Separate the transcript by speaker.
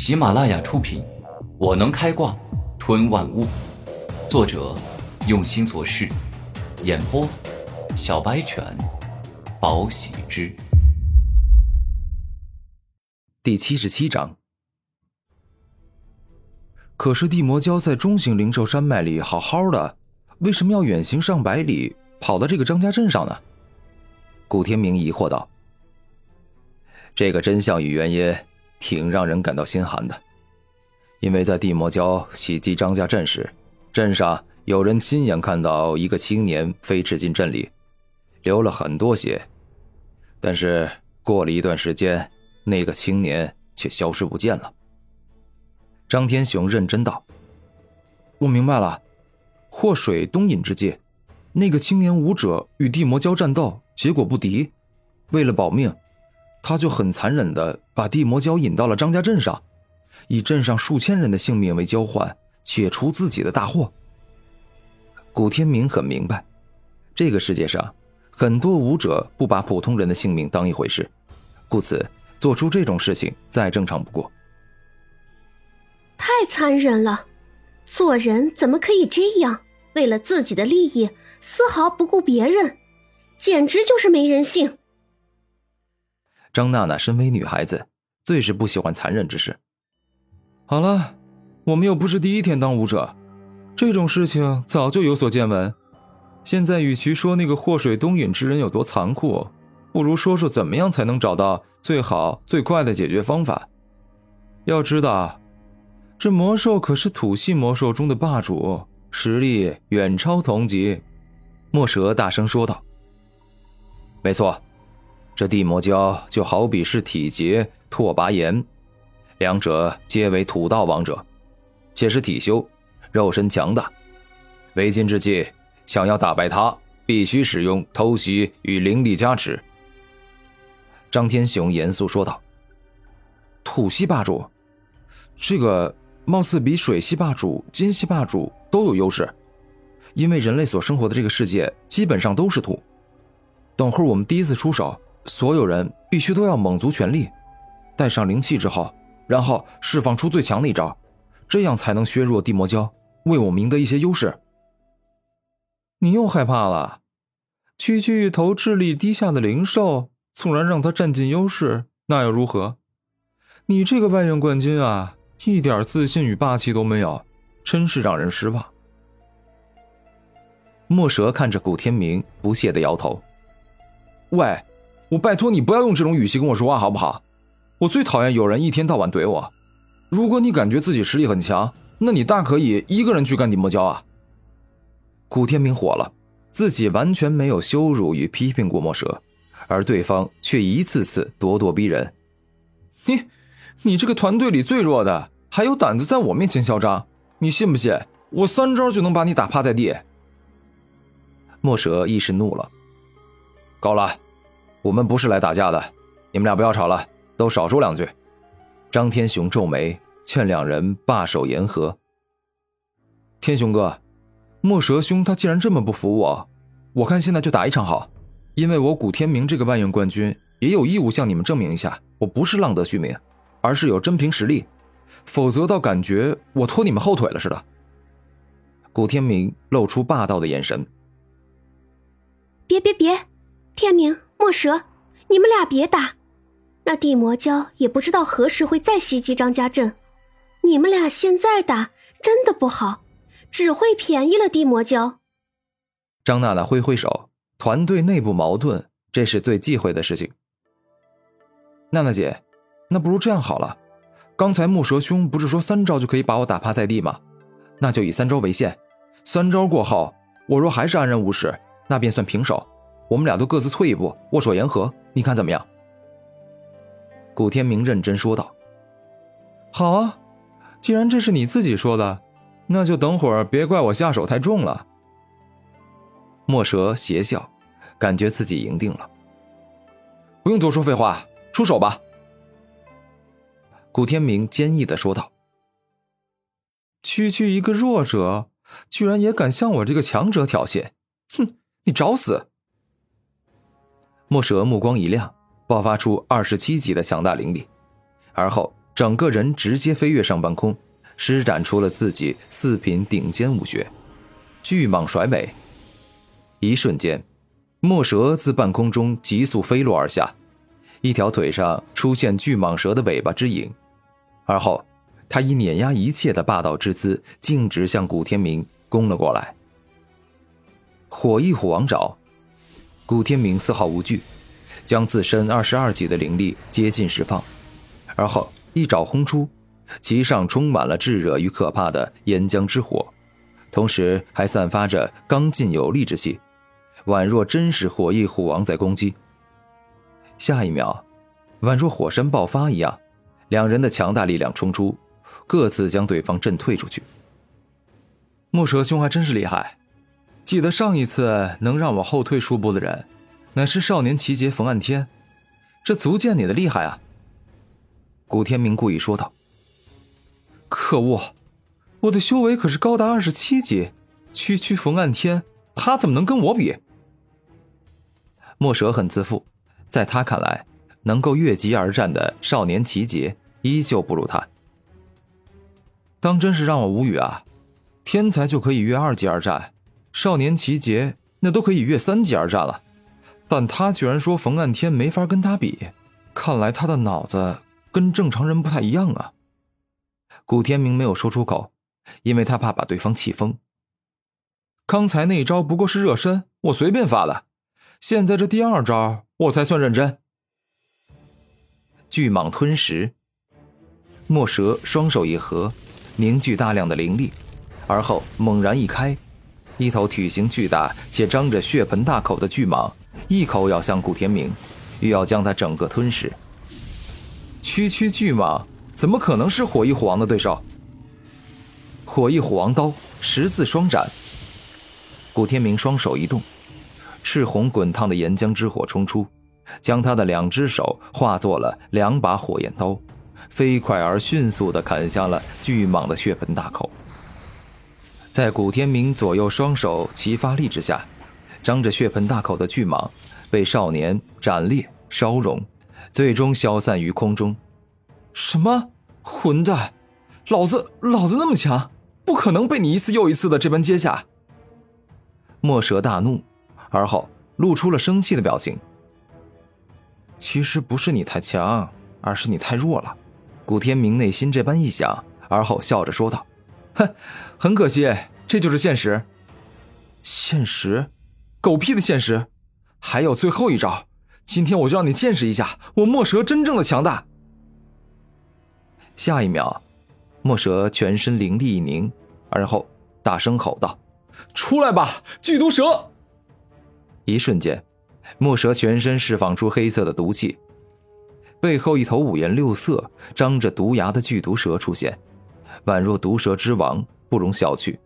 Speaker 1: 喜马拉雅出品，我能开挂吞万物。作者用心做事，演播小白犬，宝喜之。
Speaker 2: 第77章。可是地魔蛟在中型灵兽山脉里好好的，为什么要远行上百里跑到这个张家镇上呢？古天明疑惑道。这个真相与原因挺让人感到心寒的，因为在地魔蛟袭击张家镇时，镇上有人亲眼看到一个青年飞驰进镇里，流了很多血，但是过了一段时间，那个青年却消失不见了。张天雄认真道：我明白了，祸水东引之际，那个青年武者与地魔蛟战斗，结果不敌，为了保命，他就很残忍地把地魔蛟引到了张家镇上，以镇上数千人的性命为交换，解除自己的大祸。古天明很明白，这个世界上很多武者不把普通人的性命当一回事，故此做出这种事情再正常不过。
Speaker 3: 太残忍了，做人怎么可以这样？为了自己的利益，丝毫不顾别人，简直就是没人性。
Speaker 2: 张娜娜身为女孩子，最是不喜欢残忍之事。好了，我们又不是第一天当武者，这种事情早就有所见闻。现在与其说那个祸水东引之人有多残酷，不如说说怎么样才能找到最好最快的解决方法。要知道，这魔兽可是土系魔兽中的霸主，实力远超同级。墨蛇大声说道。没错，这地魔蛟就好比是体劫、拓跋炎，两者皆为土道王者，且是体修，肉身强大。为今之计，想要打败他，必须使用偷袭与灵力加持。张天雄严肃说道。土系霸主，这个貌似比水系霸主、金系霸主都有优势，因为人类所生活的这个世界基本上都是土。等会儿我们第一次出手，所有人必须都要卯足全力，带上灵气之后，然后释放出最强的一招，这样才能削弱地魔蛟，为我们赢得一些优势。你又害怕了？区区一头智力低下的灵兽，纵然让他占尽优势，那又如何？你这个外院冠军啊，一点自信与霸气都没有，真是让人失望。墨蛇看着古天明，不屑地摇头。喂，我拜托你不要用这种语气跟我说话好不好？我最讨厌有人一天到晚怼我。如果你感觉自己实力很强，那你大可以一个人去干地魔蛟啊。古天明火了，自己完全没有羞辱与批评过墨蛇，而对方却一次次咄咄逼人。你这个团队里最弱的，还有胆子在我面前嚣张，你信不信我3招就能把你打趴在地？墨蛇一时怒了。够了，我们不是来打架的，你们俩不要吵了，都少说2句。张天雄皱眉，劝两人罢手言和。天雄哥，墨蛇兄他既然这么不服我看现在就打一场好，因为我古天明这个万院冠军也有义务向你们证明一下，我不是浪得虚名，而是有真凭实力，否则倒感觉我拖你们后腿了似的。古天明露出霸道的眼神。
Speaker 3: 别，天明、墨蛇，你们俩别打，那地魔蛟也不知道何时会再袭击张家镇，你们俩现在打真的不好，只会便宜了地魔蛟。
Speaker 2: 张娜娜挥挥手，团队内部矛盾，这是最忌讳的事情。娜娜姐，那不如这样好了，刚才木蛇兄不是说3招就可以把我打趴在地吗？那就以3招为限，3招过后，我若还是安然无事，那便算平手，我们俩都各自退一步，握手言和，你看怎么样？古天明认真说道。好啊，既然这是你自己说的，那就等会儿别怪我下手太重了。墨蛇邪笑，感觉自己赢定了。不用多说废话，出手吧。古天明坚毅地说道。区区一个弱者，居然也敢向我这个强者挑衅，哼，你找死！墨蛇目光一亮，爆发出27级的强大灵力，而后整个人直接飞跃上半空，施展出了自己4品顶尖武学巨蟒甩尾。一瞬间，墨蛇自半空中急速飞落而下，一条腿上出现巨蟒蛇的尾巴之影，而后他以碾压一切的霸道之姿径直向古天明攻了过来。火翼虎王爪，古天明丝毫无惧，将自身22级的灵力接近释放，而后一爪轰出，其上充满了炙热与可怕的岩浆之火，同时还散发着刚劲有力之气，宛若真是火翼虎王在攻击。下一秒，宛若火山爆发一样，两人的强大力量冲出，各自将对方震退出去。木蛇兄还真是厉害，记得上一次能让我后退数步的人，乃是少年奇杰冯岸天，这足见你的厉害啊。古天明故意说道。可恶，我的修为可是高达27级，区冯岸天，他怎么能跟我比？墨蛇很自负，在他看来，能够越级而战的少年奇杰依旧不如他。当真是让我无语啊，天才就可以越2级而战，少年奇杰那都可以越3级而战了，但他居然说冯岸天没法跟他比，看来他的脑子跟正常人不太一样啊。古天明没有说出口，因为他怕把对方气疯。刚才那一招不过是热身，我随便发的，现在这第2招我才算认真。巨蟒吞食，墨蛇双手一合，凝聚大量的灵力，而后猛然一开，一头体型巨大且张着血盆大口的巨蟒一口咬向古天明，欲要将他整个吞噬。区巨蟒怎么可能是火翼虎王的对手？火翼虎王刀十字双斩，古天明双手一动，赤红滚烫的岩浆之火冲出，将他的2只手化作了2把火焰刀，飞快而迅速地砍向了巨蟒的血盆大口。在古天明左右双手齐发力之下，张着血盆大口的巨蟒被少年斩裂烧融，最终消散于空中。什么？混蛋！老子那么强，不可能被你一次又一次的这般接下。墨蛇大怒，而后露出了生气的表情。其实不是你太强，而是你太弱了。古天明内心这般一想，而后笑着说道：哼，很可惜，这就是现实。现实？狗屁的现实！还有最后一招，今天我就让你见识一下我墨蛇真正的强大。下一秒，墨蛇全身灵力一凝，而后大声吼道：出来吧，剧毒蛇！一瞬间，墨蛇全身释放出黑色的毒气，背后一头5颜6色张着毒牙的剧毒蛇出现，宛若毒蛇之王，不容小觑。